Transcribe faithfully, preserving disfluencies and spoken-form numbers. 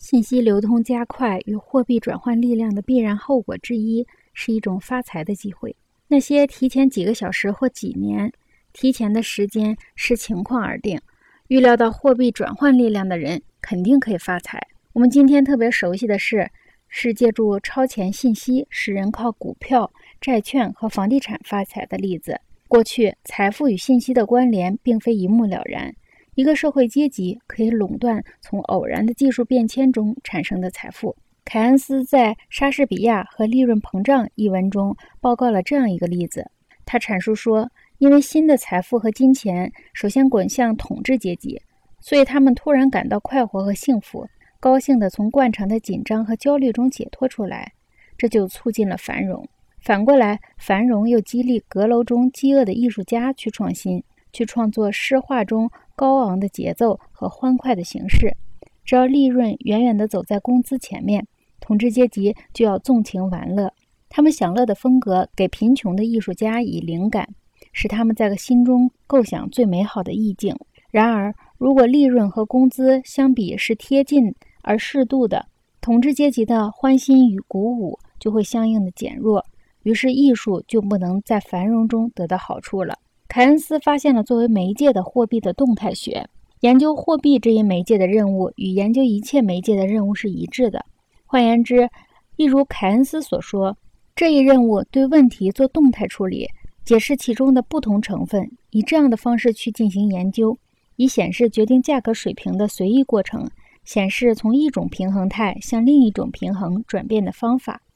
信息流通加快与货币转换力量的必然后果之一是一种发财的机会。那些提前几个小时或几年，提前的时间视情况而定，预料到货币转换力量的人肯定可以发财。我们今天特别熟悉的是，是借助超前信息使人靠股票、债券和房地产发财的例子。过去，财富与信息的关联并非一目了然。一个社会阶级可以垄断从偶然的技术变迁中产生的财富。凯恩斯在《莎士比亚和利润膨胀》一文中报告了这样一个例子。他阐述说，因为新的财富和金钱首先滚向统治阶级，所以他们突然感到快活和幸福，高兴地从惯常的紧张和焦虑中解脱出来，这就促进了繁荣。反过来，繁荣又激励阁楼中饥饿的艺术家去创新，去创作诗画中高昂的节奏和欢快的形式。只要利润远远地走在工资前面，统治阶级就要纵情玩乐。他们享乐的风格给贫穷的艺术家以灵感，使他们在心中构想最美好的意境。然而，如果利润和工资相比是贴近而适度的，统治阶级的欢欣与鼓舞就会相应的减弱，于是艺术就不能在繁荣中得到好处了。凯恩斯发现了作为媒介的货币的动态学，研究货币这一媒介的任务与研究一切媒介的任务是一致的。换言之，一如凯恩斯所说，这一任务对问题做动态处理，解释其中的不同成分，以这样的方式去进行研究，以显示决定价格水平的随意过程，显示从一种平衡态向另一种平衡转变的方法。